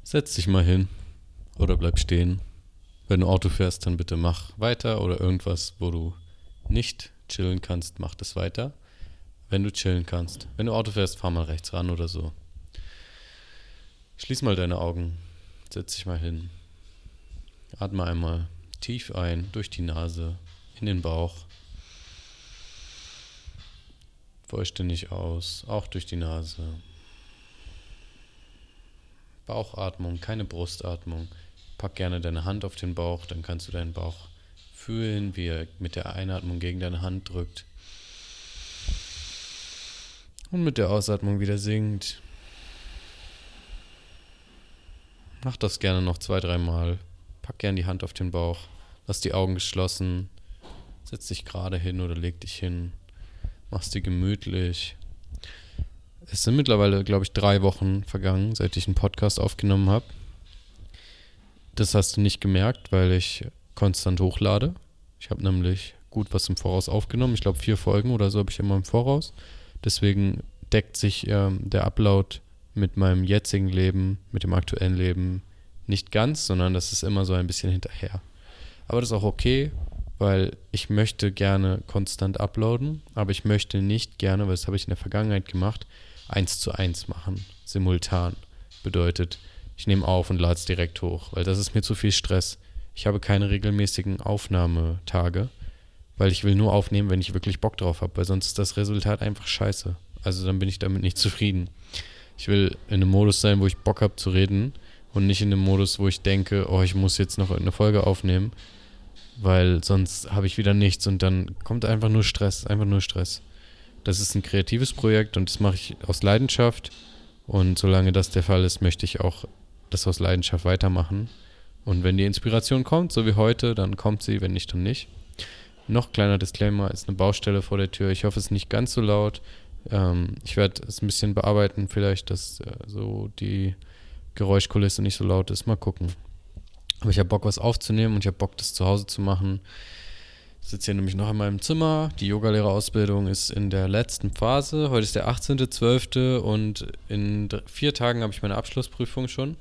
Setz dich mal hin oder bleib stehen. Wenn du Auto fährst, dann bitte mach weiter oder irgendwas, wo du nicht chillen kannst, mach das weiter. Wenn du chillen kannst. Wenn du Auto fährst, fahr mal rechts ran oder so. Schließ mal deine Augen. Setz dich mal hin. Atme einmal tief ein, durch die Nase, in den Bauch. Vollständig aus, auch durch die Nase. Bauchatmung, keine Brustatmung. Pack gerne deine Hand auf den Bauch, dann kannst du deinen Bauch fühlen, wie er mit der Einatmung gegen deine Hand drückt. Und mit der Ausatmung wieder sinkt. Mach das gerne noch 2-3 Mal. Pack gerne die Hand auf den Bauch. Lass die Augen geschlossen. Setz dich gerade hin oder leg dich hin. Mach's dir gemütlich. Es sind mittlerweile, glaube ich, 3 Wochen vergangen, seit ich einen Podcast aufgenommen habe. Das hast du nicht gemerkt, weil ich konstant hochlade. Ich habe nämlich gut was im Voraus aufgenommen. Ich glaube 4 Folgen oder so habe ich immer im Voraus. Deswegen deckt sich der Upload mit meinem jetzigen Leben, mit dem aktuellen Leben nicht ganz, sondern das ist immer so ein bisschen hinterher. Aber das ist auch okay, weil ich möchte gerne konstant uploaden, aber ich möchte nicht gerne, weil das habe ich in der Vergangenheit gemacht, 1:1 machen, simultan. Bedeutet, ich nehme auf und lade es direkt hoch, weil das ist mir zu viel Stress. Ich habe keine regelmäßigen Aufnahmetage, weil ich will nur aufnehmen, wenn ich wirklich Bock drauf habe, weil sonst ist das Resultat einfach scheiße. Also dann bin ich damit nicht zufrieden. Ich will in einem Modus sein, wo ich Bock habe zu reden und nicht in einem Modus, wo ich denke, oh, ich muss jetzt noch eine Folge aufnehmen, weil sonst habe ich wieder nichts und dann kommt einfach nur Stress. Das ist ein kreatives Projekt und das mache ich aus Leidenschaft und solange das der Fall ist, möchte ich auch das aus Leidenschaft weitermachen. Und wenn die Inspiration kommt, so wie heute, dann kommt sie, wenn nicht, dann nicht. Noch kleiner Disclaimer, ist eine Baustelle vor der Tür. Ich hoffe, es ist nicht ganz so laut. Ich werde es ein bisschen bearbeiten, vielleicht, dass so die Geräuschkulisse nicht so laut ist. Mal gucken. Aber ich habe Bock, was aufzunehmen und ich habe Bock, das zu Hause zu machen. Ich sitze hier nämlich noch in meinem Zimmer. Die Yogalehrerausbildung ist in der letzten Phase. Heute ist der 18.12. und in 4 Tagen habe ich meine Abschlussprüfung schon.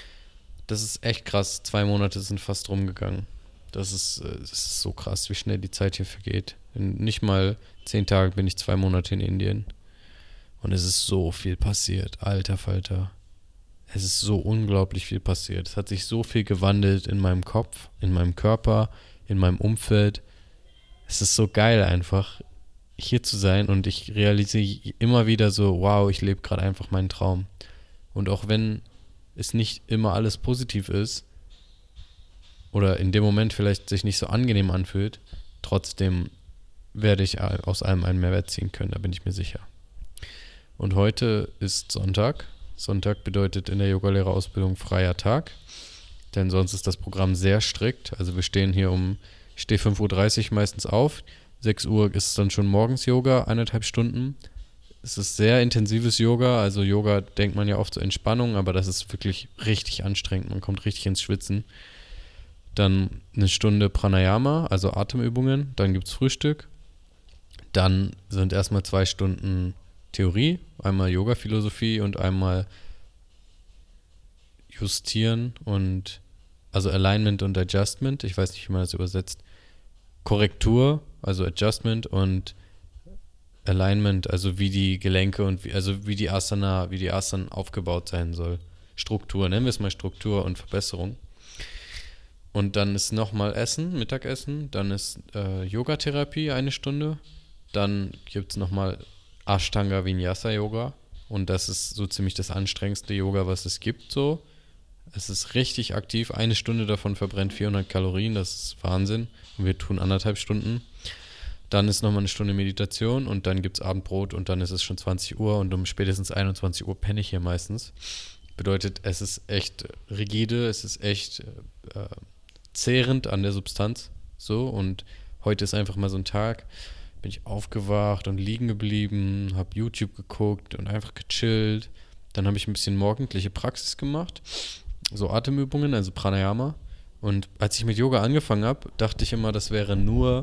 Das ist echt krass. 2 Monate sind fast rumgegangen. Das ist so krass, wie schnell die Zeit hier vergeht. In nicht mal 10 Tagen bin ich 2 Monate in Indien. Und es ist so viel passiert. Alter Falter. Es ist so unglaublich viel passiert. Es hat sich so viel gewandelt in meinem Kopf, in meinem Körper, in meinem Umfeld. Es ist so geil einfach, hier zu sein und ich realisiere immer wieder so, wow, ich lebe gerade einfach meinen Traum. Und auch wenn es nicht immer alles positiv ist oder in dem Moment vielleicht sich nicht so angenehm anfühlt, trotzdem werde ich aus allem einen Mehrwert ziehen können, da bin ich mir sicher. Und heute ist Sonntag. Sonntag bedeutet in der Yogalehrerausbildung freier Tag, denn sonst ist das Programm sehr strikt. Also wir stehen hier ich stehe 5:30 Uhr meistens auf, 6 Uhr ist dann schon morgens Yoga, 1,5 Stunden. Es ist sehr intensives Yoga, also Yoga denkt man ja oft so Entspannung, aber das ist wirklich richtig anstrengend, man kommt richtig ins Schwitzen. Dann 1 Stunde Pranayama, also Atemübungen, dann gibt es Frühstück, dann sind erstmal 2 Stunden Theorie, einmal Yoga-Philosophie und einmal Justieren und also Alignment und Adjustment, ich weiß nicht, wie man das übersetzt. Korrektur, also Adjustment und Alignment, also wie die Gelenke und wie die Asana aufgebaut sein soll. Struktur, nennen wir es mal Struktur und Verbesserung. Und dann ist nochmal Essen, Mittagessen, dann ist Yogatherapie 1 Stunde, dann gibt es nochmal Ashtanga Vinyasa Yoga und das ist so ziemlich das anstrengendste Yoga, was es gibt so. Es ist richtig aktiv, 1 Stunde davon verbrennt 400 Kalorien, das ist Wahnsinn. Und wir tun 1,5 Stunden. Dann ist nochmal 1 Stunde Meditation und dann gibt es Abendbrot und dann ist es schon 20 Uhr und um spätestens 21 Uhr penne ich hier meistens. Bedeutet, es ist echt rigide, es ist echt zehrend an der Substanz. So, und heute ist einfach mal so ein Tag, bin ich aufgewacht und liegen geblieben, habe YouTube geguckt und einfach gechillt. Dann habe ich ein bisschen morgendliche Praxis gemacht, so Atemübungen, also Pranayama. Und als ich mit Yoga angefangen habe, dachte ich immer, das wäre nur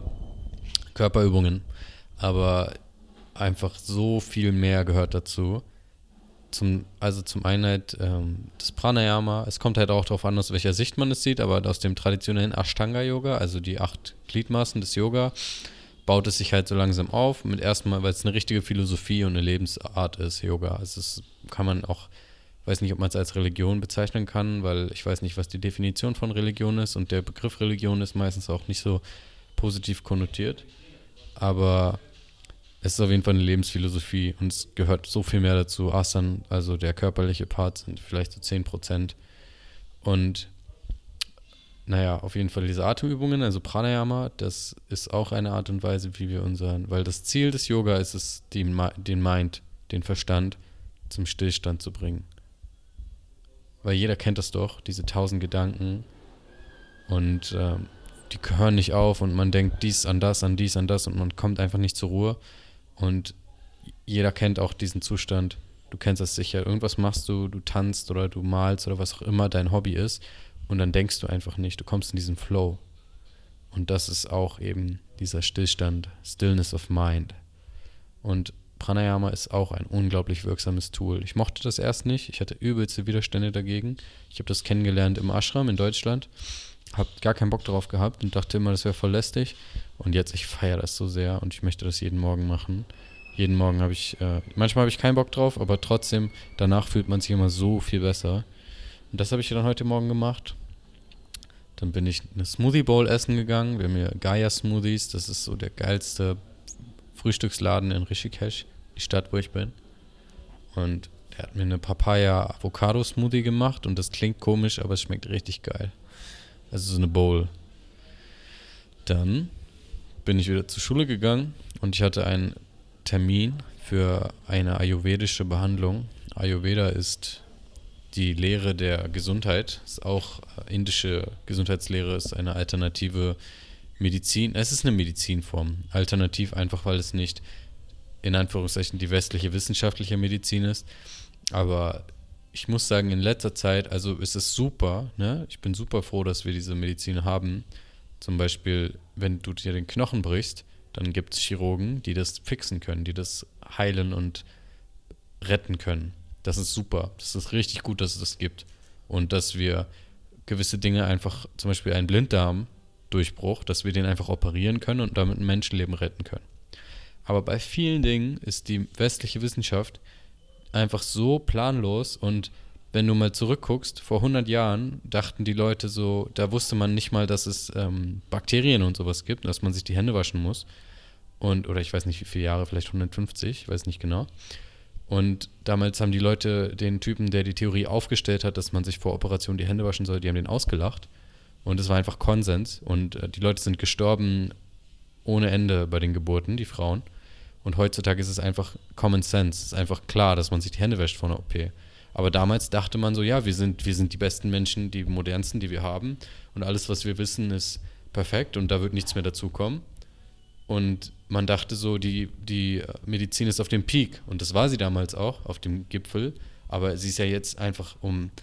Körperübungen. Aber einfach so viel mehr gehört dazu. zum einen halt das Pranayama. Es kommt halt auch darauf an, aus welcher Sicht man es sieht, aber aus dem traditionellen Ashtanga-Yoga, also die 8 Gliedmaßen des Yoga, baut es sich halt so langsam auf. Mit erstmal, weil es eine richtige Philosophie und eine Lebensart ist, Yoga. Also es kann man auch, weiß nicht, ob man es als Religion bezeichnen kann, weil ich weiß nicht, was die Definition von Religion ist und der Begriff Religion ist meistens auch nicht so positiv konnotiert. Aber es ist auf jeden Fall eine Lebensphilosophie und es gehört so viel mehr dazu. Asan, also der körperliche Part, sind vielleicht so 10%. Und naja, auf jeden Fall diese Atemübungen, also Pranayama, das ist auch eine Art und Weise, wie wir weil das Ziel des Yoga ist es, den Mind, den Verstand zum Stillstand zu bringen. Weil jeder kennt das doch, diese 1000 Gedanken und die hören nicht auf und man denkt dies an das, an dies, an das und man kommt einfach nicht zur Ruhe und jeder kennt auch diesen Zustand, du kennst das sicher, irgendwas machst du, du tanzt oder du malst oder was auch immer dein Hobby ist und dann denkst du einfach nicht, du kommst in diesen Flow und das ist auch eben dieser Stillstand, Stillness of Mind und Pranayama ist auch ein unglaublich wirksames Tool. Ich mochte das erst nicht, ich hatte übelste Widerstände dagegen. Ich habe das kennengelernt im Ashram in Deutschland, habe gar keinen Bock drauf gehabt und dachte immer, das wäre voll lästig. Und jetzt, ich feiere das so sehr und ich möchte das jeden Morgen machen. Jeden Morgen manchmal habe ich keinen Bock drauf, aber trotzdem, danach fühlt man sich immer so viel besser. Und das habe ich dann heute Morgen gemacht. Dann bin ich eine Smoothie Bowl essen gegangen. Wir haben hier Gaia Smoothies, das ist so der geilste Frühstücksladen in Rishikesh, die Stadt, wo ich bin. Und der hat mir eine Papaya-Avocado-Smoothie gemacht und das klingt komisch, aber es schmeckt richtig geil. Also so eine Bowl. Dann bin ich wieder zur Schule gegangen und ich hatte einen Termin für eine ayurvedische Behandlung. Ayurveda ist die Lehre der Gesundheit, ist auch indische Gesundheitslehre, ist eine alternative Medizin. Es ist eine Medizinform. Alternativ einfach, weil es nicht in Anführungszeichen die westliche wissenschaftliche Medizin ist. Aber ich muss sagen, in letzter Zeit, also ist es super, ne? Ich bin super froh, dass wir diese Medizin haben. Zum Beispiel, wenn du dir den Knochen brichst, dann gibt es Chirurgen, die das fixen können, die das heilen und retten können. Das ist super. Das ist richtig gut, dass es das gibt. Und dass wir gewisse Dinge einfach, zum Beispiel einen Blinddarmdurchbruch, dass wir den einfach operieren können und damit ein Menschenleben retten können. Aber bei vielen Dingen ist die westliche Wissenschaft einfach so planlos und wenn du mal zurückguckst, vor 100 Jahren dachten die Leute so, da wusste man nicht mal, dass es Bakterien und sowas gibt, dass man sich die Hände waschen muss. Oder ich weiß nicht wie viele Jahre, vielleicht 150, ich weiß nicht genau. Und damals haben die Leute den Typen, der die Theorie aufgestellt hat, dass man sich vor Operation die Hände waschen soll, die haben den ausgelacht. Und es war einfach Konsens. Und die Leute sind gestorben ohne Ende bei den Geburten, die Frauen. Und heutzutage ist es einfach Common Sense. Es ist einfach klar, dass man sich die Hände wäscht vor einer OP. Aber damals dachte man so, ja, wir sind die besten Menschen, die modernsten, die wir haben. Und alles, was wir wissen, ist perfekt und da wird nichts mehr dazukommen. Und man dachte so, die Medizin ist auf dem Peak. Und das war sie damals auch, auf dem Gipfel. Aber sie ist ja jetzt einfach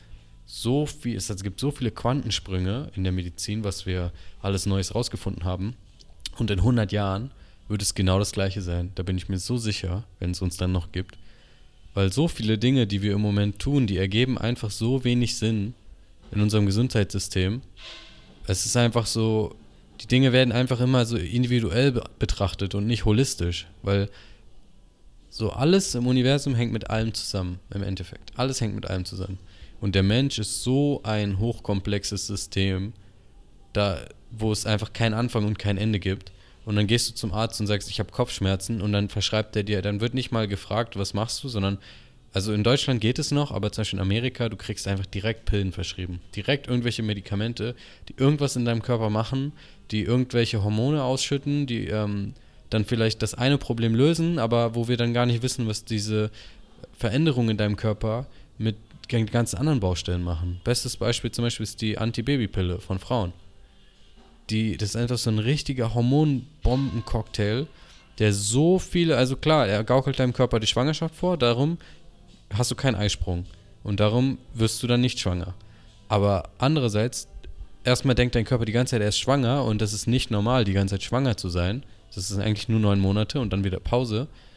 so viel, es gibt so viele Quantensprünge in der Medizin, was wir alles Neues rausgefunden haben. Und in 100 Jahren wird es genau das Gleiche sein. Da bin ich mir so sicher, wenn es uns dann noch gibt. Weil so viele Dinge, die wir im Moment tun, die ergeben einfach so wenig Sinn in unserem Gesundheitssystem. Es ist einfach so, die Dinge werden einfach immer so individuell betrachtet und nicht holistisch. Weil so alles im Universum hängt mit allem zusammen, im Endeffekt. Alles hängt mit allem zusammen. Und der Mensch ist so ein hochkomplexes System, wo es einfach keinen Anfang und kein Ende gibt. Und dann gehst du zum Arzt und sagst, ich habe Kopfschmerzen und dann verschreibt er dir, dann wird nicht mal gefragt, was machst du, sondern, also in Deutschland geht es noch, aber zum Beispiel in Amerika, du kriegst einfach direkt Pillen verschrieben. Direkt irgendwelche Medikamente, die irgendwas in deinem Körper machen, die irgendwelche Hormone ausschütten, die dann vielleicht das eine Problem lösen, aber wo wir dann gar nicht wissen, was diese Veränderungen in deinem Körper mit ganz anderen Baustellen machen. Bestes Beispiel zum Beispiel ist die Antibabypille von Frauen. Das ist einfach so ein richtiger Hormonbombencocktail, der so viele, also klar, er gaukelt deinem Körper die Schwangerschaft vor, darum hast du keinen Eisprung und darum wirst du dann nicht schwanger. Aber andererseits, erstmal denkt dein Körper die ganze Zeit, er ist schwanger und das ist nicht normal, die ganze Zeit schwanger zu sein. Das ist eigentlich nur 9 Monate und dann wieder Pause.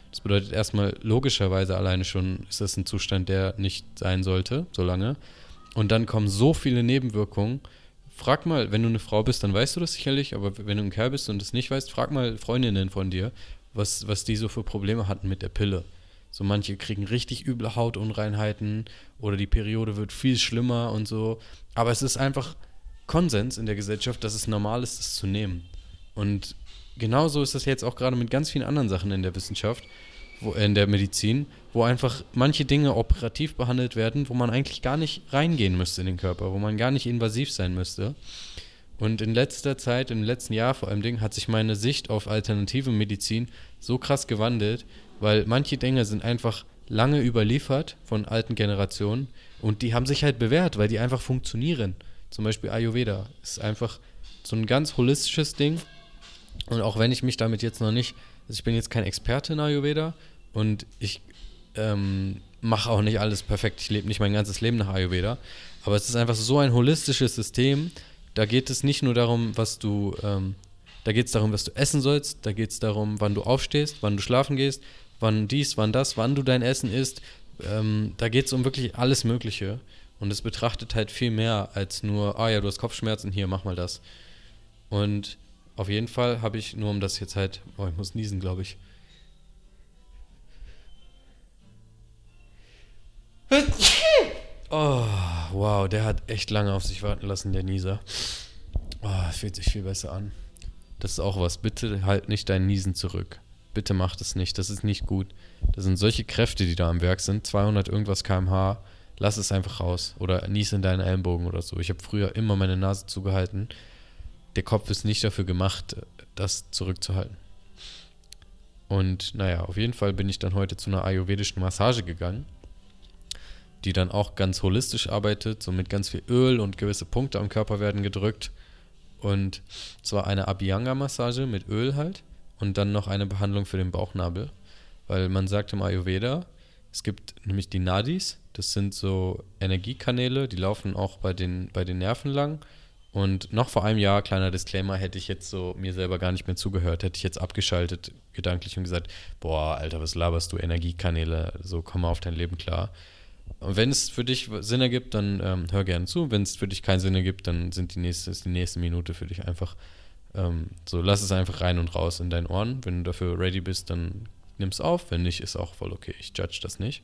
Das bedeutet erstmal logischerweise alleine schon, ist das ein Zustand, der nicht sein sollte, so lange. Und dann kommen so viele Nebenwirkungen. Frag mal, wenn du eine Frau bist, dann weißt du das sicherlich, aber wenn du ein Kerl bist und es nicht weißt, frag mal Freundinnen von dir, was die so für Probleme hatten mit der Pille. So manche kriegen richtig üble Hautunreinheiten oder die Periode wird viel schlimmer und so. Aber es ist einfach Konsens in der Gesellschaft, dass es normal ist, das zu nehmen. Und genauso ist das jetzt auch gerade mit ganz vielen anderen Sachen in der Wissenschaft, in der Medizin, wo einfach manche Dinge operativ behandelt werden, wo man eigentlich gar nicht reingehen müsste in den Körper, wo man gar nicht invasiv sein müsste. Und in letzter Zeit, im letzten Jahr vor allem, hat sich meine Sicht auf alternative Medizin so krass gewandelt, weil manche Dinge sind einfach lange überliefert von alten Generationen und die haben sich halt bewährt, weil die einfach funktionieren. Zum Beispiel Ayurveda ist einfach so ein ganz holistisches Ding. Und auch wenn ich mich damit jetzt noch nicht, also ich bin jetzt kein Experte in Ayurveda und ich mache auch nicht alles perfekt, ich lebe nicht mein ganzes Leben nach Ayurveda, aber es ist einfach so ein holistisches System, da geht es nicht nur darum, da geht es darum, was du essen sollst, da geht es darum, wann du aufstehst, wann du schlafen gehst, wann dies, wann das, wann du dein Essen isst, da geht es um wirklich alles Mögliche und es betrachtet halt viel mehr als nur, ah ja, du hast Kopfschmerzen, hier, mach mal das. Und auf jeden Fall habe ich, nur um das jetzt halt, ich muss niesen, glaube ich. Oh, wow, der hat echt lange auf sich warten lassen, der Nieser. Oh, fühlt sich viel besser an. Das ist auch was, bitte halt nicht dein Niesen zurück. Bitte mach das nicht, das ist nicht gut. Das sind solche Kräfte, die da am Werk sind, 200 irgendwas km/h. Lass es einfach raus oder nies in deinen Ellenbogen oder so. Ich habe früher immer meine Nase zugehalten. Der Kopf ist nicht dafür gemacht, das zurückzuhalten. Und naja, auf jeden Fall bin ich dann heute zu einer ayurvedischen Massage gegangen, die dann auch ganz holistisch arbeitet, so mit ganz viel Öl und gewisse Punkte am Körper werden gedrückt. Und zwar eine Abhyanga-Massage mit Öl halt und dann noch eine Behandlung für den Bauchnabel. Weil man sagt im Ayurveda, es gibt nämlich die Nadis, das sind so Energiekanäle, die laufen auch bei den Nerven lang. Und noch vor einem Jahr, kleiner Disclaimer, hätte ich jetzt so mir selber gar nicht mehr zugehört, hätte ich jetzt abgeschaltet gedanklich und gesagt, boah, Alter, was laberst du, Energiekanäle, so komm mal auf dein Leben klar. Und wenn es für dich Sinn ergibt, dann hör gerne zu. Wenn es für dich keinen Sinn ergibt, dann ist die nächste Minute für dich einfach so, lass es einfach rein und raus in deinen Ohren. Wenn du dafür ready bist, dann nimm es auf. Wenn nicht, ist auch voll okay. Ich judge das nicht.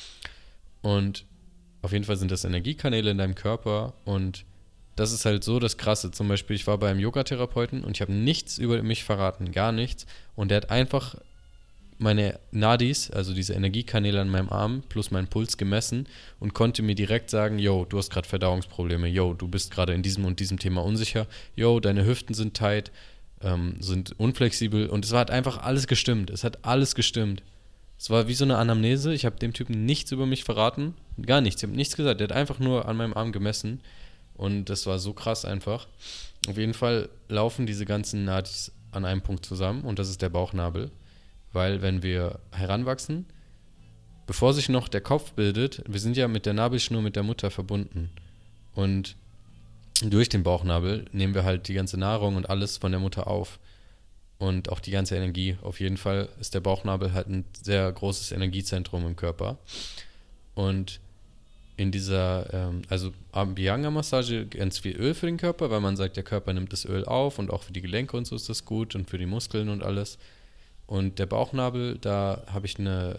Und auf jeden Fall sind das Energiekanäle in deinem Körper und das ist halt so das Krasse. Zum Beispiel, ich war bei einem Yogatherapeuten und ich habe nichts über mich verraten, gar nichts. Und der hat einfach meine Nadis, also diese Energiekanäle an meinem Arm, plus meinen Puls gemessen und konnte mir direkt sagen, yo, du hast gerade Verdauungsprobleme, yo, du bist gerade in diesem und diesem Thema unsicher, yo, deine Hüften sind tight, sind unflexibel und es hat einfach alles gestimmt. Es hat alles gestimmt. Es war wie so eine Anamnese. Ich habe dem Typen nichts über mich verraten, gar nichts. Ich habe nichts gesagt. Der hat einfach nur an meinem Arm gemessen. Und das war so krass einfach. Auf jeden Fall laufen diese ganzen Nadis an einem Punkt zusammen und das ist der Bauchnabel. Weil wenn wir heranwachsen, bevor sich noch der Kopf bildet, wir sind ja mit der Nabelschnur mit der Mutter verbunden. Und durch den Bauchnabel nehmen wir halt die ganze Nahrung und alles von der Mutter auf. Und auch die ganze Energie. Auf jeden Fall ist der Bauchnabel halt ein sehr großes Energiezentrum im Körper. Und in dieser, also Abhyanga-Massage ganz viel Öl für den Körper, weil man sagt, der Körper nimmt das Öl auf und auch für die Gelenke und so ist das gut und für die Muskeln und alles. Und der Bauchnabel, da habe ich eine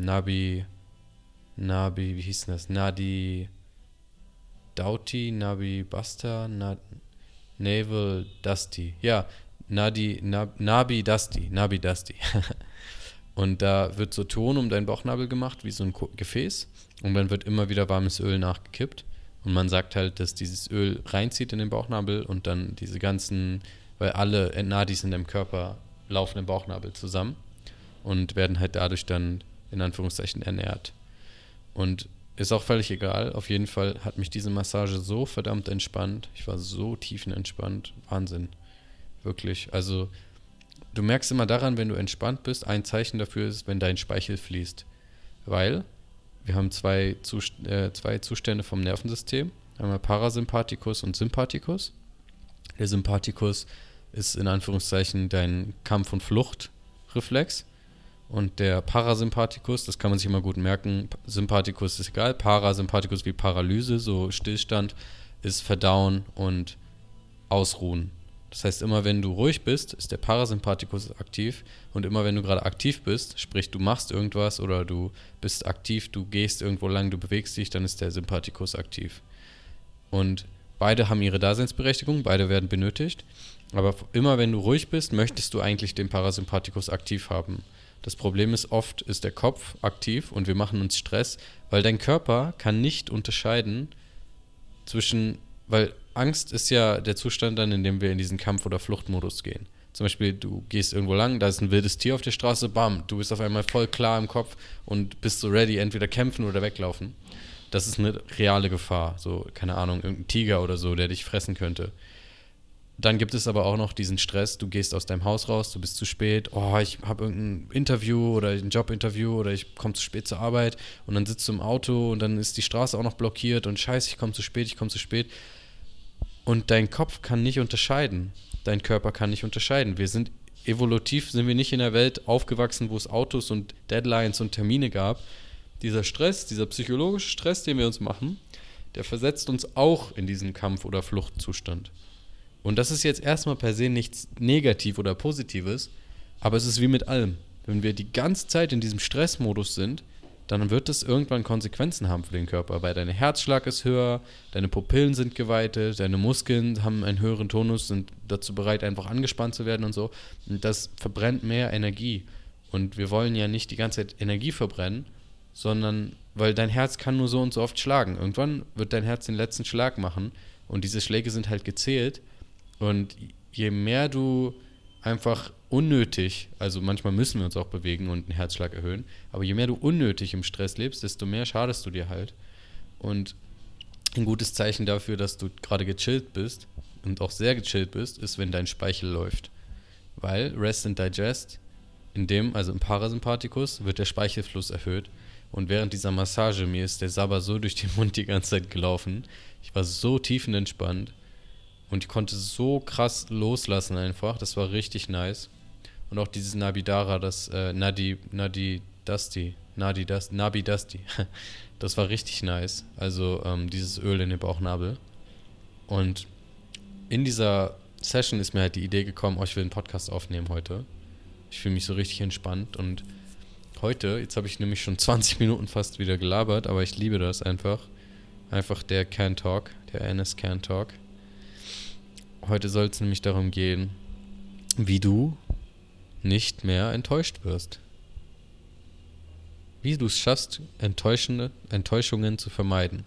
wie hieß denn das? Nadi Dauti, Nabi Basta, Navel Dusty. Ja, Nabi Dusty. Und da wird so Ton um deinen Bauchnabel gemacht, wie so ein Gefäß. Und dann wird immer wieder warmes Öl nachgekippt. Und man sagt halt, dass dieses Öl reinzieht in den Bauchnabel und dann diese ganzen, weil alle Nadis in deinem Körper laufen im Bauchnabel zusammen und werden halt dadurch dann in Anführungszeichen ernährt. Und ist auch völlig egal. Auf jeden Fall hat mich diese Massage so verdammt entspannt. Ich war so tiefenentspannt. Wahnsinn. Wirklich. Also du merkst immer daran, wenn du entspannt bist, ein Zeichen dafür ist, wenn dein Speichel fließt. Weil wir haben zwei Zustände vom Nervensystem. Einmal Parasympathikus und Sympathikus. Der Sympathikus ist in Anführungszeichen dein Kampf- und Fluchtreflex. Und der Parasympathikus, das kann man sich immer gut merken, Sympathikus ist egal, Parasympathikus wie Paralyse, so Stillstand, ist Verdauen und Ausruhen. Das heißt, immer wenn du ruhig bist, ist der Parasympathikus aktiv und immer wenn du gerade aktiv bist, sprich du machst irgendwas oder du bist aktiv, du gehst irgendwo lang, du bewegst dich, dann ist der Sympathikus aktiv. Und beide haben ihre Daseinsberechtigung, beide werden benötigt, aber immer wenn du ruhig bist, möchtest du eigentlich den Parasympathikus aktiv haben. Das Problem ist, oft ist der Kopf aktiv und wir machen uns Stress, weil dein Körper kann nicht unterscheiden zwischen, weil Angst ist ja der Zustand dann, in dem wir in diesen Kampf- oder Fluchtmodus gehen. Zum Beispiel, du gehst irgendwo lang, da ist ein wildes Tier auf der Straße, bam, du bist auf einmal voll klar im Kopf und bist so ready, entweder kämpfen oder weglaufen. Das ist eine reale Gefahr, so, keine Ahnung, irgendein Tiger oder so, der dich fressen könnte. Dann gibt es aber auch noch diesen Stress, du gehst aus deinem Haus raus, du bist zu spät, oh, ich habe irgendein Interview oder ein Jobinterview oder ich komme zu spät zur Arbeit und dann sitzt du im Auto und dann ist die Straße auch noch blockiert und scheiße, ich komme zu spät. Und dein Kopf kann nicht unterscheiden, dein Körper kann nicht unterscheiden. Evolutiv sind wir nicht in der Welt aufgewachsen, wo es Autos und Deadlines und Termine gab. Dieser Stress, dieser psychologische Stress, den wir uns machen, der versetzt uns auch in diesen Kampf- oder Fluchtzustand. Und das ist jetzt erstmal per se nichts Negativ oder Positives, aber es ist wie mit allem. Wenn wir die ganze Zeit in diesem Stressmodus sind, dann wird das irgendwann Konsequenzen haben für den Körper, weil dein Herzschlag ist höher, deine Pupillen sind geweitet, deine Muskeln haben einen höheren Tonus, sind dazu bereit, einfach angespannt zu werden und so. Und das verbrennt mehr Energie. Und wir wollen ja nicht die ganze Zeit Energie verbrennen, sondern weil dein Herz kann nur so und so oft schlagen. Irgendwann wird dein Herz den letzten Schlag machen und diese Schläge sind halt gezählt. Und je mehr du einfach unnötig, also manchmal müssen wir uns auch bewegen und den Herzschlag erhöhen, aber je mehr du unnötig im Stress lebst, desto mehr schadest du dir halt. Und ein gutes Zeichen dafür, dass du gerade gechillt bist und auch sehr gechillt bist, ist, wenn dein Speichel läuft. Weil Rest and Digest, also im Parasympathikus, wird der Speichelfluss erhöht. Und während dieser Massage, mir ist der Sabber so durch den Mund die ganze Zeit gelaufen. Ich war so tiefenentspannt. Und ich konnte so krass loslassen einfach. Das war richtig nice. Und auch dieses Nabidara, das Nabi Dasti. Das war richtig nice. Also dieses Öl in den Bauchnabel. Und in dieser Session ist mir halt die Idee gekommen, ich will einen Podcast aufnehmen heute. Ich fühle mich so richtig entspannt. Und heute, jetzt habe ich nämlich schon 20 Minuten fast wieder gelabert, aber ich liebe das einfach. Einfach der Can Talk, der NS Can Talk. Heute soll es nämlich darum gehen, wie du nicht mehr enttäuscht wirst. Wie du es schaffst, Enttäuschungen zu vermeiden.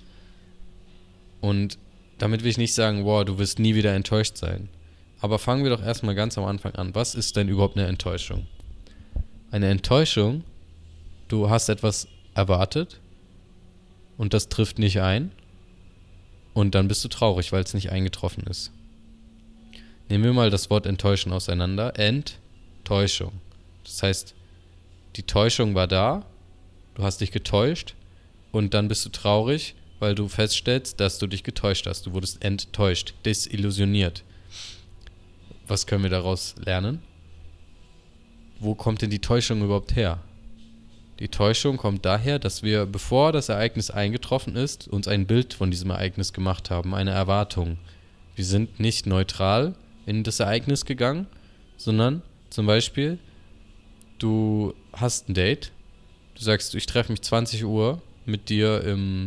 Und damit will ich nicht sagen, wow, du wirst nie wieder enttäuscht sein. Aber fangen wir doch erstmal ganz am Anfang an. Was ist denn überhaupt eine Enttäuschung? Eine Enttäuschung, du hast etwas erwartet und das trifft nicht ein und dann bist du traurig, weil es nicht eingetroffen ist. Nehmen wir mal das Wort enttäuschen auseinander. Enttäuschung. Das heißt, die Täuschung war da, du hast dich getäuscht und dann bist du traurig, weil du feststellst, dass du dich getäuscht hast. Du wurdest enttäuscht, desillusioniert. Was können wir daraus lernen? Wo kommt denn die Täuschung überhaupt her? Die Täuschung kommt daher, dass wir, bevor das Ereignis eingetroffen ist, uns ein Bild von diesem Ereignis gemacht haben, eine Erwartung. Wir sind nicht neutral in das Ereignis gegangen, sondern zum Beispiel, du hast ein Date, du sagst, ich treffe mich 20 Uhr mit dir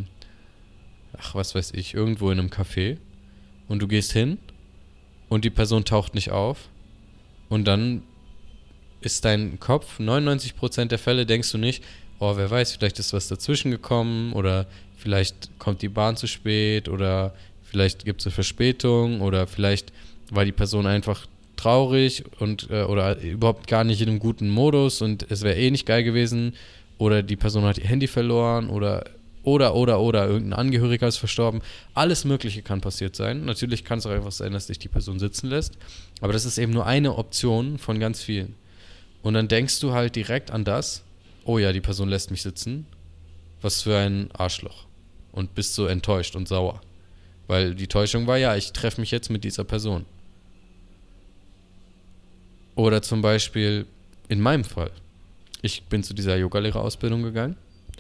irgendwo in einem Café und du gehst hin und die Person taucht nicht auf und dann ist dein Kopf, 99% der Fälle denkst du nicht, wer weiß, vielleicht ist was dazwischen gekommen oder vielleicht kommt die Bahn zu spät oder vielleicht gibt es eine Verspätung oder vielleicht war die Person einfach traurig und oder überhaupt gar nicht in einem guten Modus und es wäre nicht geil gewesen oder die Person hat ihr Handy verloren oder irgendein Angehöriger ist verstorben. Alles Mögliche kann passiert sein. Natürlich kann es auch einfach sein, dass dich die Person sitzen lässt, aber das ist eben nur eine Option von ganz vielen. Und dann denkst du halt direkt an das, oh ja, die Person lässt mich sitzen, was für ein Arschloch. Und bist so enttäuscht und sauer. Weil die Täuschung war, ja, ich treffe mich jetzt mit dieser Person. Oder zum Beispiel in meinem Fall. Ich bin zu dieser Yogalehrerausbildung gegangen.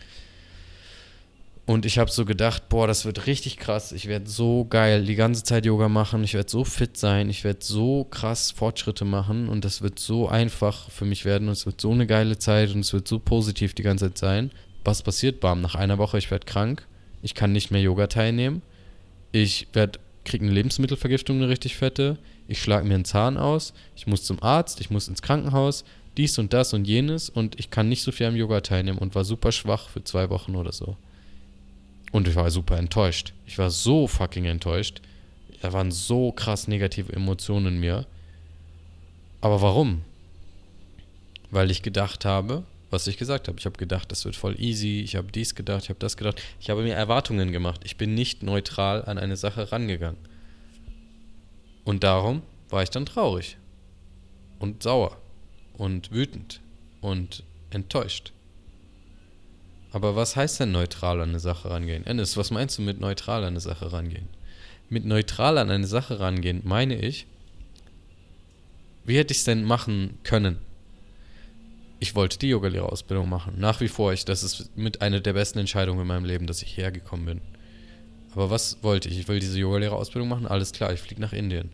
Und ich habe so gedacht, boah, das wird richtig krass. Ich werde so geil die ganze Zeit Yoga machen. Ich werde so fit sein. Ich werde so krass Fortschritte machen. Und das wird so einfach für mich werden. Und es wird so eine geile Zeit. Und es wird so positiv die ganze Zeit sein. Was passiert? Bam, nach einer Woche, ich werde krank. Ich kann nicht mehr Yoga teilnehmen. Kriege eine Lebensmittelvergiftung, eine richtig fette. Ich schlage mir einen Zahn aus. Ich muss zum Arzt. Ich muss ins Krankenhaus. Dies und das und jenes. Und ich kann nicht so viel am Yoga teilnehmen. Und war super schwach für 2 Wochen oder so. Und ich war super enttäuscht. Ich war so fucking enttäuscht. Da waren so krass negative Emotionen in mir. Aber warum? Weil ich gedacht habe, was ich gesagt habe. Ich habe gedacht, das wird voll easy. Ich habe dies gedacht, ich habe das gedacht. Ich habe mir Erwartungen gemacht. Ich bin nicht neutral an eine Sache rangegangen. Und darum war ich dann traurig. Und sauer. Und wütend. Und enttäuscht. Aber was heißt denn neutral an eine Sache rangehen? Ennis, was meinst du mit neutral an eine Sache rangehen? Mit neutral an eine Sache rangehen meine ich, wie hätte ich es denn machen können? Ich wollte die Yogalehrerausbildung machen. Nach wie vor, das ist mit einer der besten Entscheidungen in meinem Leben, dass ich hierher gekommen bin. Aber was wollte ich? Ich will diese Yogalehrerausbildung machen, alles klar, ich fliege nach Indien.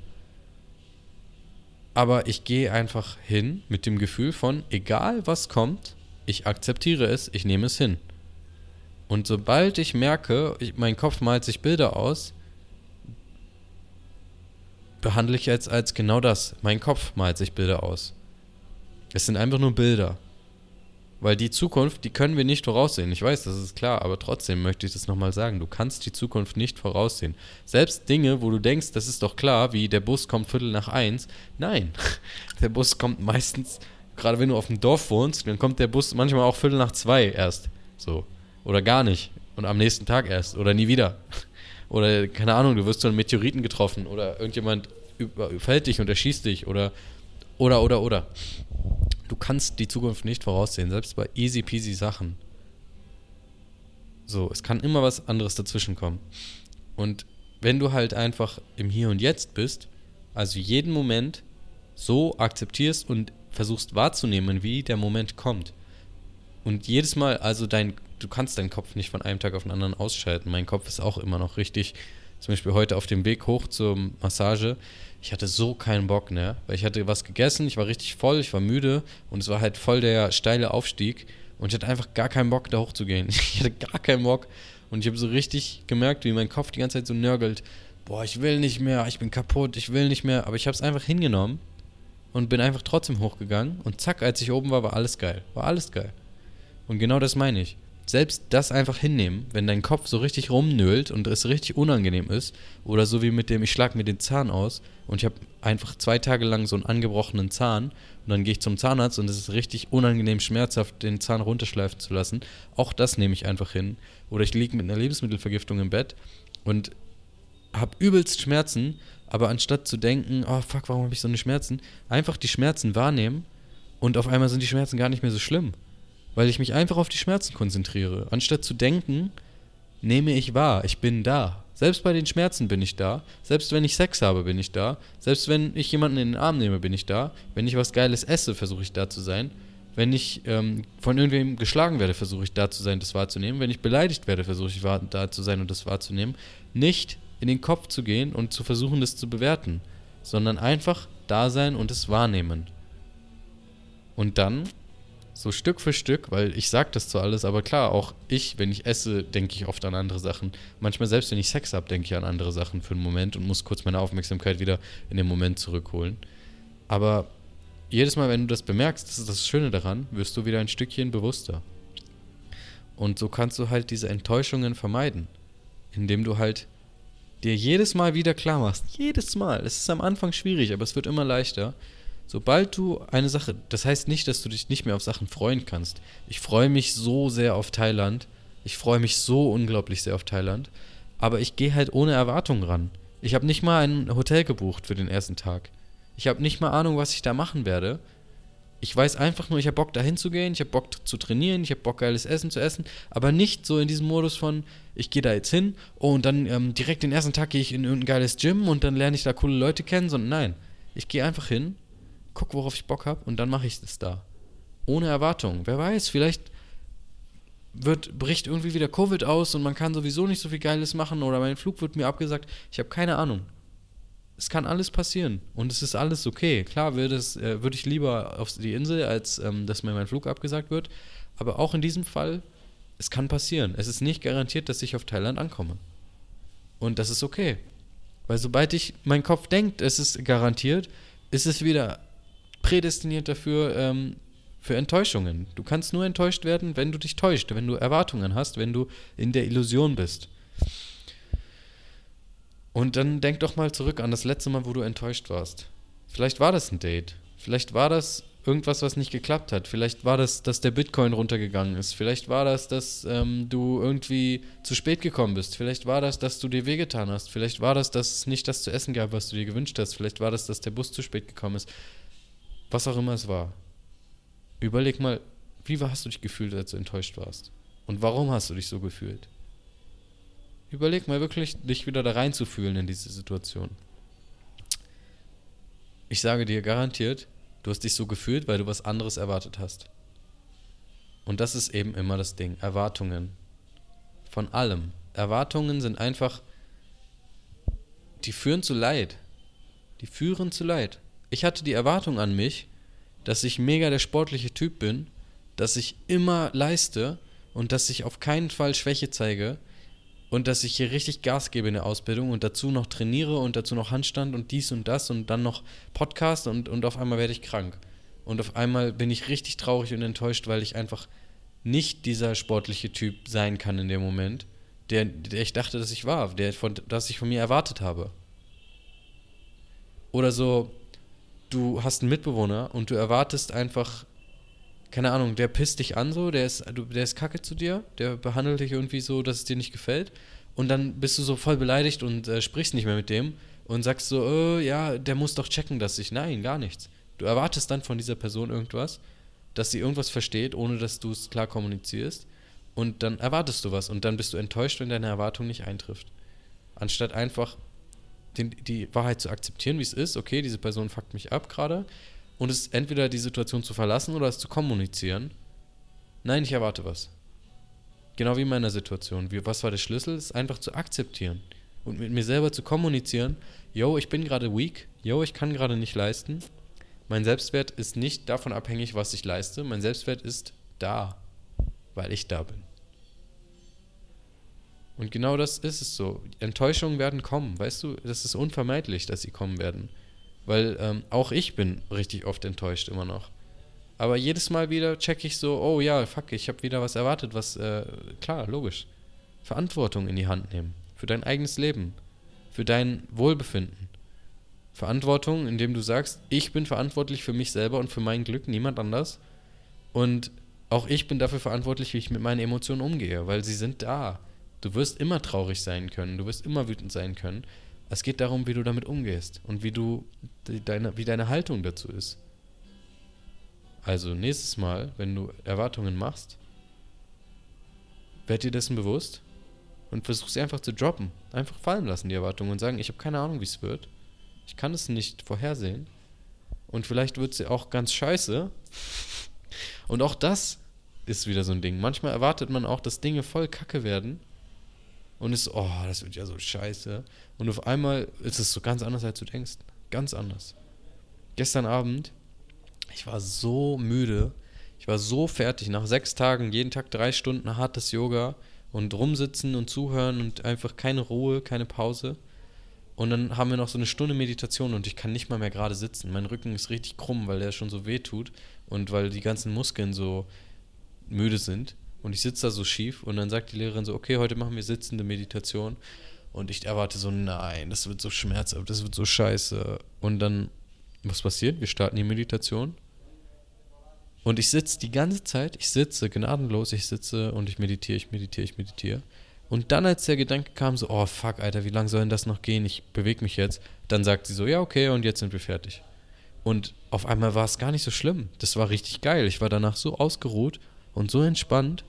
Aber ich gehe einfach hin mit dem Gefühl von, egal was kommt, ich akzeptiere es, ich nehme es hin. Und sobald ich merke, mein Kopf malt sich Bilder aus, behandle ich jetzt als genau das. Mein Kopf malt sich Bilder aus. Es sind einfach nur Bilder. Weil die Zukunft, die können wir nicht voraussehen. Ich weiß, das ist klar, aber trotzdem möchte ich das nochmal sagen. Du kannst die Zukunft nicht voraussehen. Selbst Dinge, wo du denkst, das ist doch klar, wie der Bus kommt 1:45. Nein, der Bus kommt meistens, gerade wenn du auf dem Dorf wohnst, dann kommt der Bus manchmal auch 1:45 erst. So. Oder gar nicht. Und am nächsten Tag erst. Oder nie wieder. Oder, keine Ahnung, du wirst von einem Meteoriten getroffen. Oder irgendjemand überfällt dich und erschießt dich. Oder. Du kannst die Zukunft nicht voraussehen. Selbst bei easy peasy Sachen. So, es kann immer was anderes dazwischen kommen. Und wenn du halt einfach im Hier und Jetzt bist, also jeden Moment so akzeptierst und versuchst wahrzunehmen, wie der Moment kommt. Und jedes Mal, also du kannst deinen Kopf nicht von einem Tag auf den anderen ausschalten. Mein Kopf ist auch immer noch richtig, zum Beispiel heute auf dem Weg hoch zur Massage, ich hatte so keinen Bock, ne? Weil ich hatte was gegessen, ich war richtig voll, ich war müde und es war halt voll der steile Aufstieg und ich hatte einfach gar keinen Bock, da hochzugehen. Ich hatte gar keinen Bock und ich habe so richtig gemerkt, wie mein Kopf die ganze Zeit so nörgelt. Boah, ich will nicht mehr, ich bin kaputt, ich will nicht mehr. Aber ich habe es einfach hingenommen und bin einfach trotzdem hochgegangen und zack, als ich oben war, war alles geil. War alles geil. Und genau das meine ich. Selbst das einfach hinnehmen, wenn dein Kopf so richtig rumnölt und es richtig unangenehm ist, oder so wie mit dem, ich schlag mir den Zahn aus und ich habe einfach 2 Tage lang so einen angebrochenen Zahn und dann gehe ich zum Zahnarzt und es ist richtig unangenehm schmerzhaft, den Zahn runterschleifen zu lassen. Auch das nehme ich einfach hin. Oder ich liege mit einer Lebensmittelvergiftung im Bett und habe übelst Schmerzen, aber anstatt zu denken, oh fuck, warum habe ich so eine Schmerzen, einfach die Schmerzen wahrnehmen und auf einmal sind die Schmerzen gar nicht mehr so schlimm. Weil ich mich einfach auf die Schmerzen konzentriere. Anstatt zu denken, nehme ich wahr, ich bin da. Selbst bei den Schmerzen bin ich da. Selbst wenn ich Sex habe, bin ich da. Selbst wenn ich jemanden in den Arm nehme, bin ich da. Wenn ich was Geiles esse, versuche ich da zu sein. Wenn ich von irgendwem geschlagen werde, versuche ich da zu sein, das wahrzunehmen. Wenn ich beleidigt werde, versuche ich da zu sein und das wahrzunehmen. Nicht in den Kopf zu gehen und zu versuchen, das zu bewerten. Sondern einfach da sein und es wahrnehmen. Und dann so Stück für Stück, weil ich sag das zwar alles, aber klar, auch wenn ich esse, denke ich oft an andere Sachen. Manchmal selbst, wenn ich Sex habe, denke ich an andere Sachen für einen Moment und muss kurz meine Aufmerksamkeit wieder in den Moment zurückholen. Aber jedes Mal, wenn du das bemerkst, das ist das Schöne daran, wirst du wieder ein Stückchen bewusster. Und so kannst du halt diese Enttäuschungen vermeiden, indem du halt dir jedes Mal wieder klar machst, jedes Mal, es ist am Anfang schwierig, aber es wird immer leichter. Sobald du eine Sache, das heißt nicht, dass du dich nicht mehr auf Sachen freuen kannst. Ich freue mich so sehr auf Thailand. Ich freue mich so unglaublich sehr auf Thailand. Aber ich gehe halt ohne Erwartung ran. Ich habe nicht mal ein Hotel gebucht für den ersten Tag. Ich habe nicht mal Ahnung, was ich da machen werde. Ich weiß einfach nur, ich habe Bock dahin zu gehen, ich habe Bock zu trainieren, ich habe Bock geiles Essen zu essen, aber nicht so in diesem Modus von, ich gehe da jetzt hin und dann direkt den ersten Tag gehe ich in irgendein geiles Gym und dann lerne ich da coole Leute kennen, sondern nein, ich gehe einfach hin, guck, worauf ich Bock habe und dann mache ich das da. Ohne Erwartung. Wer weiß, vielleicht bricht irgendwie wieder Covid aus und man kann sowieso nicht so viel Geiles machen oder mein Flug wird mir abgesagt. Ich habe keine Ahnung. Es kann alles passieren und es ist alles okay. Klar würde ich lieber auf die Insel, als dass mir mein Flug abgesagt wird. Aber auch in diesem Fall, es kann passieren. Es ist nicht garantiert, dass ich auf Thailand ankomme. Und das ist okay. Weil sobald mein Kopf denkt, es ist garantiert, ist es wieder prädestiniert dafür, für Enttäuschungen. Du kannst nur enttäuscht werden, wenn du dich täuscht, wenn du Erwartungen hast, wenn du in der Illusion bist. Und dann denk doch mal zurück an das letzte Mal, wo du enttäuscht warst. Vielleicht war das ein Date. Vielleicht war das irgendwas, was nicht geklappt hat. Vielleicht war das, dass der Bitcoin runtergegangen ist. Vielleicht war das, dass du irgendwie zu spät gekommen bist. Vielleicht war das, dass du dir wehgetan hast. Vielleicht war das, dass es nicht das zu essen gab, was du dir gewünscht hast. Vielleicht war das, dass der Bus zu spät gekommen ist. Was auch immer es war. Überleg mal, wie hast du dich gefühlt, als du enttäuscht warst? Und warum hast du dich so gefühlt? Überleg mal wirklich, dich wieder da reinzufühlen in diese Situation. Ich sage dir garantiert, du hast dich so gefühlt, weil du was anderes erwartet hast. Und das ist eben immer das Ding. Erwartungen. Von allem. Erwartungen sind einfach, die führen zu Leid. Die führen zu Leid. Ich hatte die Erwartung an mich, dass ich mega der sportliche Typ bin, dass ich immer leiste und dass ich auf keinen Fall Schwäche zeige und dass ich hier richtig Gas gebe in der Ausbildung und dazu noch trainiere und dazu noch Handstand und dies und das und dann noch Podcast und auf einmal werde ich krank. Und auf einmal bin ich richtig traurig und enttäuscht, weil ich einfach nicht dieser sportliche Typ sein kann in dem Moment, der ich dachte, dass ich war, das ich von mir erwartet habe. Oder so, du hast einen Mitbewohner und du erwartest einfach, keine Ahnung, der pisst dich an so, der ist kacke zu dir, der behandelt dich irgendwie so, dass es dir nicht gefällt und dann bist du so voll beleidigt und sprichst nicht mehr mit dem und sagst so, ja, der muss doch checken, nein, gar nichts. Du erwartest dann von dieser Person irgendwas, dass sie irgendwas versteht, ohne dass du es klar kommunizierst und dann erwartest du was und dann bist du enttäuscht, wenn deine Erwartung nicht eintrifft. Anstatt einfach die Wahrheit zu akzeptieren, wie es ist, okay, diese Person fuckt mich ab gerade und es entweder die Situation zu verlassen oder es zu kommunizieren. Nein, ich erwarte was. Genau wie in meiner Situation. Was war der Schlüssel? Es einfach zu akzeptieren und mit mir selber zu kommunizieren, yo, ich bin gerade weak, yo, ich kann gerade nicht leisten. Mein Selbstwert ist nicht davon abhängig, was ich leiste. Mein Selbstwert ist da, weil ich da bin. Und genau das ist es so. Enttäuschungen werden kommen, weißt du? Das ist unvermeidlich, dass sie kommen werden. Weil auch ich bin richtig oft enttäuscht immer noch. Aber jedes Mal wieder checke ich so, oh ja, fuck, ich habe wieder was erwartet, klar, logisch. Verantwortung in die Hand nehmen. Für dein eigenes Leben. Für dein Wohlbefinden. Verantwortung, indem du sagst, ich bin verantwortlich für mich selber und für mein Glück, niemand anders. Und auch ich bin dafür verantwortlich, wie ich mit meinen Emotionen umgehe, weil sie sind da. Du wirst immer traurig sein können, du wirst immer wütend sein können. Es geht darum, wie du damit umgehst und wie deine Haltung dazu ist. Also nächstes Mal, wenn du Erwartungen machst, werd dir dessen bewusst und versuch sie einfach zu droppen. Einfach fallen lassen, die Erwartungen, und sagen, ich habe keine Ahnung, wie es wird. Ich kann es nicht vorhersehen. Und vielleicht wird sie auch ganz scheiße. Und auch das ist wieder so ein Ding. Manchmal erwartet man auch, dass Dinge voll kacke werden. Und ist, oh, das wird ja so scheiße. Und auf einmal ist es so ganz anders, als du denkst. Ganz anders. Gestern Abend, ich war so müde. Ich war so fertig. Nach 6 Tagen, jeden Tag 3 Stunden hartes Yoga und rumsitzen und zuhören und einfach keine Ruhe, keine Pause. Und dann haben wir noch so eine Stunde Meditation und ich kann nicht mal mehr gerade sitzen. Mein Rücken ist richtig krumm, weil der schon so weh tut und weil die ganzen Muskeln so müde sind. Und ich sitze da so schief und dann sagt die Lehrerin so, okay, heute machen wir sitzende Meditation. Und ich erwarte so, nein, das wird so schmerzhaft, das wird so scheiße. Und dann, was passiert? Wir starten die Meditation. Und ich sitze die ganze Zeit, gnadenlos, ich sitze und ich meditiere. Und dann, als der Gedanke kam, so, oh fuck, Alter, wie lange soll denn das noch gehen? Ich bewege mich jetzt. Dann sagt sie so, ja, okay, und jetzt sind wir fertig. Und auf einmal war es gar nicht so schlimm. Das war richtig geil. Ich war danach so ausgeruht und so entspannt.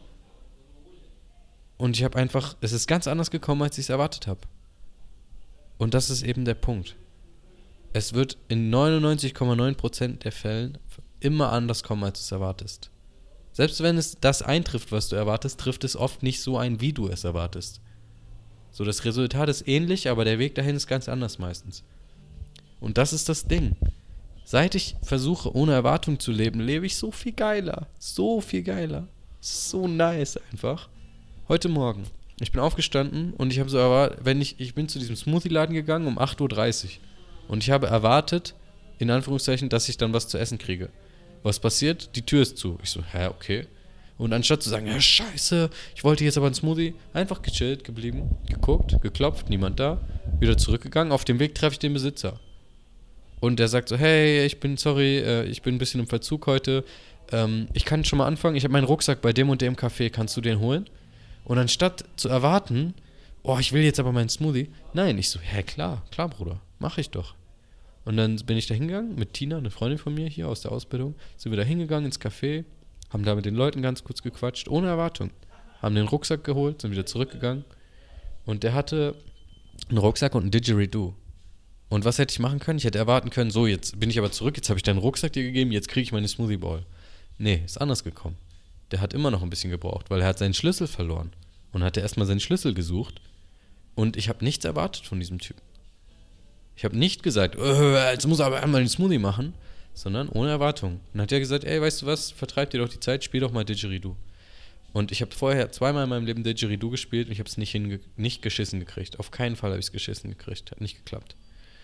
Und ich habe einfach, es ist ganz anders gekommen, als ich es erwartet habe. Und das ist eben der Punkt. Es wird in 99,9% der Fällen immer anders kommen, als du es erwartest. Selbst wenn es das eintrifft, was du erwartest, trifft es oft nicht so ein, wie du es erwartest. So, das Resultat ist ähnlich, aber der Weg dahin ist ganz anders meistens. Und das ist das Ding. Seit ich versuche, ohne Erwartung zu leben, lebe ich so viel geiler. So viel geiler. So nice einfach. Heute Morgen. Ich bin aufgestanden und ich habe so erwartet, ich bin zu diesem Smoothie-Laden gegangen um 8:30 Uhr. Und ich habe erwartet, in Anführungszeichen, dass ich dann was zu essen kriege. Was passiert? Die Tür ist zu. Ich so, okay. Und anstatt zu sagen, ja, scheiße, ich wollte jetzt aber einen Smoothie, einfach gechillt geblieben, geguckt, geklopft, niemand da, wieder zurückgegangen. Auf dem Weg treffe ich den Besitzer. Und der sagt so, hey, ich bin ein bisschen im Verzug heute. Ich kann schon mal anfangen, ich habe meinen Rucksack bei dem und dem Café, kannst du den holen? Und anstatt zu erwarten, ich will jetzt aber meinen Smoothie, nein, ich so, klar, Bruder, mach ich doch. Und dann bin ich da hingegangen mit Tina, eine Freundin von mir hier aus der Ausbildung, sind wir da hingegangen ins Café, haben da mit den Leuten ganz kurz gequatscht, ohne Erwartung. Haben den Rucksack geholt, sind wieder zurückgegangen und der hatte einen Rucksack und ein Didgeridoo. Und was hätte ich machen können? Ich hätte erwarten können, so, jetzt bin ich aber zurück, jetzt habe ich deinen Rucksack dir gegeben, jetzt kriege ich meine Smoothie Bowl. Nee, ist anders gekommen. Der hat immer noch ein bisschen gebraucht, weil er hat seinen Schlüssel verloren. Und hat erstmal seinen Schlüssel gesucht. Und ich habe nichts erwartet von diesem Typen. Ich habe nicht gesagt, jetzt muss er aber einmal den Smoothie machen, sondern ohne Erwartung. Und dann hat er gesagt, ey, weißt du was, vertreib dir doch die Zeit, spiel doch mal Didgeridoo. Und ich habe vorher zweimal in meinem Leben Didgeridoo gespielt und ich habe es nicht geschissen gekriegt. Auf keinen Fall habe ich es geschissen gekriegt. Hat nicht geklappt.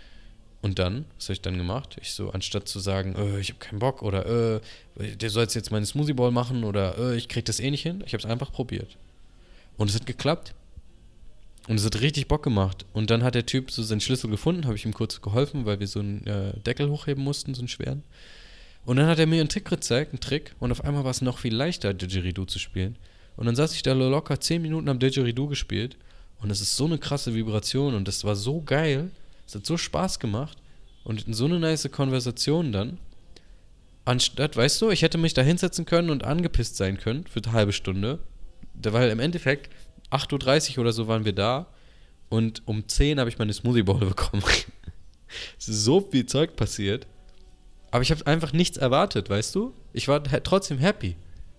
Und dann, was habe ich dann gemacht? Ich so, anstatt zu sagen, ich habe keinen Bock oder der soll jetzt meine Smoothie Bowl machen oder ich krieg das eh nicht hin, ich habe es einfach probiert. Und es hat geklappt. Und es hat richtig Bock gemacht. Und dann hat der Typ so seinen Schlüssel gefunden, habe ich ihm kurz geholfen, weil wir so einen Deckel hochheben mussten, so einen schweren. Und dann hat er mir einen Trick gezeigt, und auf einmal war es noch viel leichter, Didgeridoo zu spielen. Und dann saß ich da locker 10 Minuten am Didgeridoo gespielt und es ist so eine krasse Vibration und das war so geil. Es hat so Spaß gemacht und so eine nice Konversation dann. Anstatt, weißt du, ich hätte mich da hinsetzen können und angepisst sein können für eine halbe Stunde. Weil im Endeffekt 8:30 Uhr oder so waren wir da und um 10 habe ich meine Smoothie Bowl bekommen. Es ist so viel Zeug passiert. Aber ich habe einfach nichts erwartet, weißt du? Ich war trotzdem happy.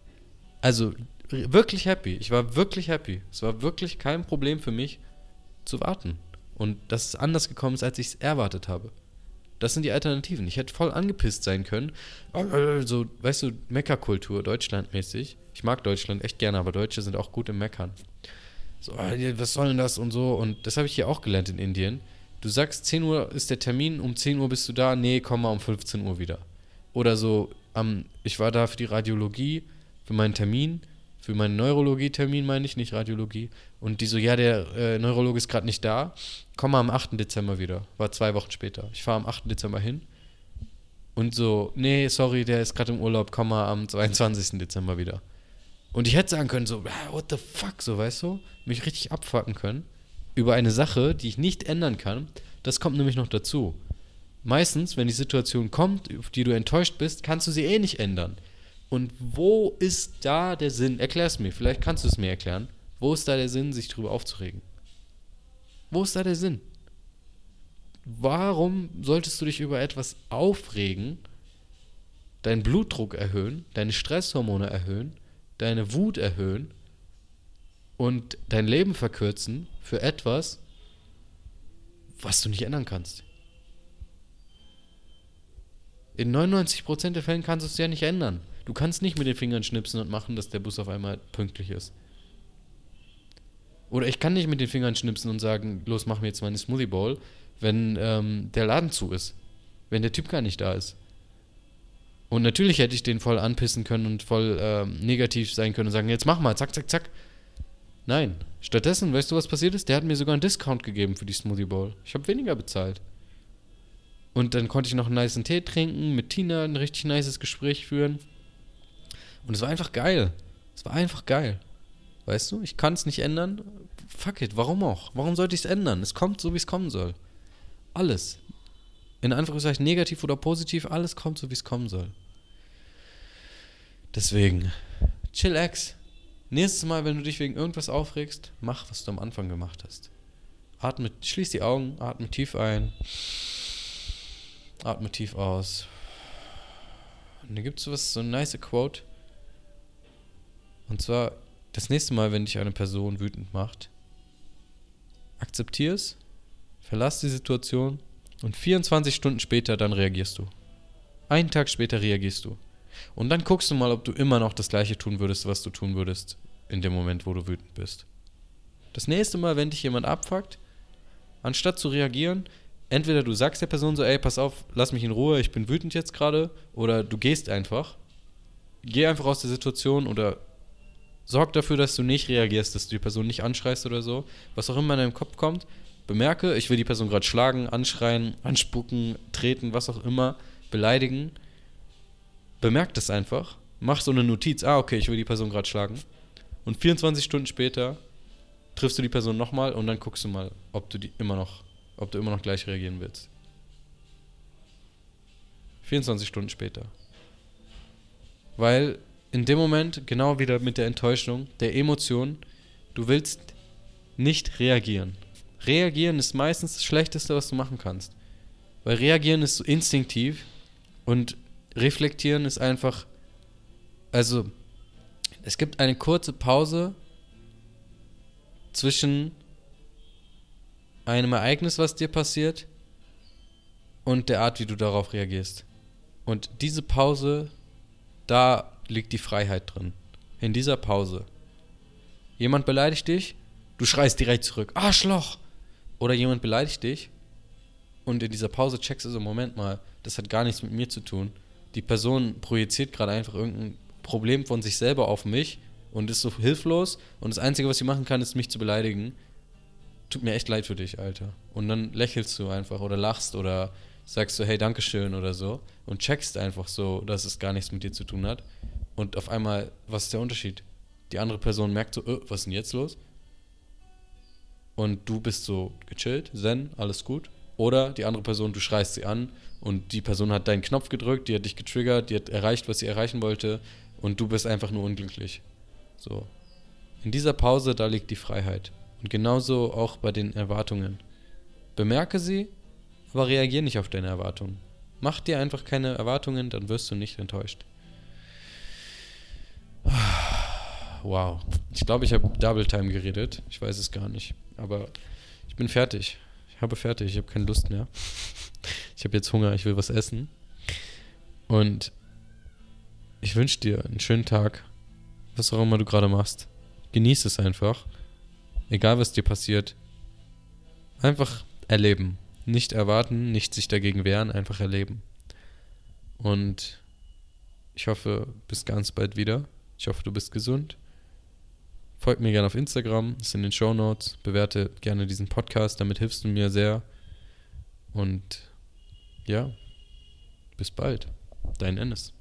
Also wirklich happy. Ich war wirklich happy. Es war wirklich kein Problem für mich zu warten. Und dass es anders gekommen ist, als ich es erwartet habe. Das sind die Alternativen. Ich hätte voll angepisst sein können. So, weißt du, Meckerkultur, Deutschlandmäßig. Ich mag Deutschland echt gerne, aber Deutsche sind auch gut im Meckern. So, was soll denn das und so. Und das habe ich hier auch gelernt in Indien. Du sagst, 10 Uhr ist der Termin, um 10 Uhr bist du da. Nee, komm mal um 15 Uhr wieder. Oder so, ich war da für die Radiologie, für meinen Termin. Für meinen Neurologie-Termin meine ich, nicht Radiologie. Und die so, ja, der Neurologe ist gerade nicht da. Komm mal am 8. Dezember wieder. War 2 Wochen später. Ich fahre am 8. Dezember hin. Und so, nee, sorry, der ist gerade im Urlaub. Komm mal am 22. Dezember wieder. Und ich hätte sagen können, so, what the fuck, so, weißt du? Mich richtig abfucken können. Über eine Sache, die ich nicht ändern kann. Das kommt nämlich noch dazu. Meistens, wenn die Situation kommt, auf die du enttäuscht bist, kannst du sie eh nicht ändern. Und wo ist da der Sinn? Erklär es mir, vielleicht kannst du es mir erklären. Wo ist da der Sinn, sich drüber aufzuregen? Wo ist da der Sinn? Warum solltest du dich über etwas aufregen, deinen Blutdruck erhöhen, deine Stresshormone erhöhen, deine Wut erhöhen und dein Leben verkürzen für etwas, was du nicht ändern kannst? In 99% der Fällen kannst du es ja nicht ändern. Du kannst nicht mit den Fingern schnipsen und machen, dass der Bus auf einmal pünktlich ist. Oder ich kann nicht mit den Fingern schnipsen und sagen, los, mach mir jetzt meine Smoothie Bowl, wenn der Laden zu ist. Wenn der Typ gar nicht da ist. Und natürlich hätte ich den voll anpissen können und voll negativ sein können und sagen, jetzt mach mal, zack, zack, zack. Nein. Stattdessen, weißt du, was passiert ist? Der hat mir sogar einen Discount gegeben für die Smoothie Bowl. Ich habe weniger bezahlt. Und dann konnte ich noch einen nicen Tee trinken, mit Tina ein richtig nices Gespräch führen. Und es war einfach geil. Es war einfach geil. Weißt du, ich kann es nicht ändern. Fuck it, warum auch? Warum sollte ich es ändern? Es kommt so, wie es kommen soll. Alles. In Anführungszeichen negativ oder positiv, alles kommt so, wie es kommen soll. Deswegen, chillax. Nächstes Mal, wenn du dich wegen irgendwas aufregst, mach, was du am Anfang gemacht hast. Schließ die Augen, atme tief ein. Atme tief aus. Und da gibt es so eine nice Quote. Und zwar, das nächste Mal, wenn dich eine Person wütend macht, akzeptier es, verlass die Situation und 24 Stunden später dann reagierst du. Einen Tag später reagierst du. Und dann guckst du mal, ob du immer noch das Gleiche tun würdest, was du tun würdest in dem Moment, wo du wütend bist. Das nächste Mal, wenn dich jemand abfuckt, anstatt zu reagieren, entweder du sagst der Person so, ey, pass auf, lass mich in Ruhe, ich bin wütend jetzt gerade, oder du gehst einfach. Geh einfach aus der Situation oder sorg dafür, dass du nicht reagierst, dass du die Person nicht anschreist oder so. Was auch immer in deinem Kopf kommt, bemerke, ich will die Person gerade schlagen, anschreien, anspucken, treten, was auch immer, beleidigen. Bemerk das einfach. Mach so eine Notiz. Okay, ich will die Person gerade schlagen. Und 24 Stunden später triffst du die Person nochmal und dann guckst du mal, ob du immer noch gleich reagieren willst. 24 Stunden später. Weil in dem Moment, genau wieder mit der Enttäuschung, der Emotion, du willst nicht reagieren. Reagieren ist meistens das Schlechteste, was du machen kannst. Weil reagieren ist so instinktiv und reflektieren ist einfach, also es gibt eine kurze Pause zwischen einem Ereignis, was dir passiert, und der Art, wie du darauf reagierst. Und diese Pause, da liegt die Freiheit drin. In dieser Pause. Jemand beleidigt dich, du schreist direkt zurück, Arschloch! Oder jemand beleidigt dich und in dieser Pause checkst du so, Moment mal, das hat gar nichts mit mir zu tun. Die Person projiziert gerade einfach irgendein Problem von sich selber auf mich und ist so hilflos und das Einzige, was sie machen kann, ist mich zu beleidigen. Tut mir echt leid für dich, Alter. Und dann lächelst du einfach oder lachst oder sagst so, hey, Dankeschön oder so und checkst einfach so, dass es gar nichts mit dir zu tun hat. Und auf einmal, was ist der Unterschied? Die andere Person merkt so, was ist denn jetzt los? Und du bist so gechillt, zen, alles gut. Oder die andere Person, du schreist sie an und die Person hat deinen Knopf gedrückt, die hat dich getriggert, die hat erreicht, was sie erreichen wollte und du bist einfach nur unglücklich. So. In dieser Pause, da liegt die Freiheit. Und genauso auch bei den Erwartungen. Bemerke sie, aber reagier nicht auf deine Erwartungen. Mach dir einfach keine Erwartungen, dann wirst du nicht enttäuscht. Wow. Ich glaube, ich habe Double Time geredet. Ich weiß es gar nicht. Aber ich bin fertig. Ich habe keine Lust mehr. Ich habe jetzt Hunger, ich will was essen. Und ich wünsche dir einen schönen Tag. Was auch immer du gerade machst. Genieß es einfach. Egal, was dir passiert. Einfach erleben. Nicht erwarten, nicht sich dagegen wehren, einfach erleben. Und ich hoffe, bis ganz bald wieder. Ich hoffe, du bist gesund. Folgt mir gerne auf Instagram, ist in den Shownotes. Bewerte gerne diesen Podcast, damit hilfst du mir sehr. Und ja, bis bald. Dein Ennis.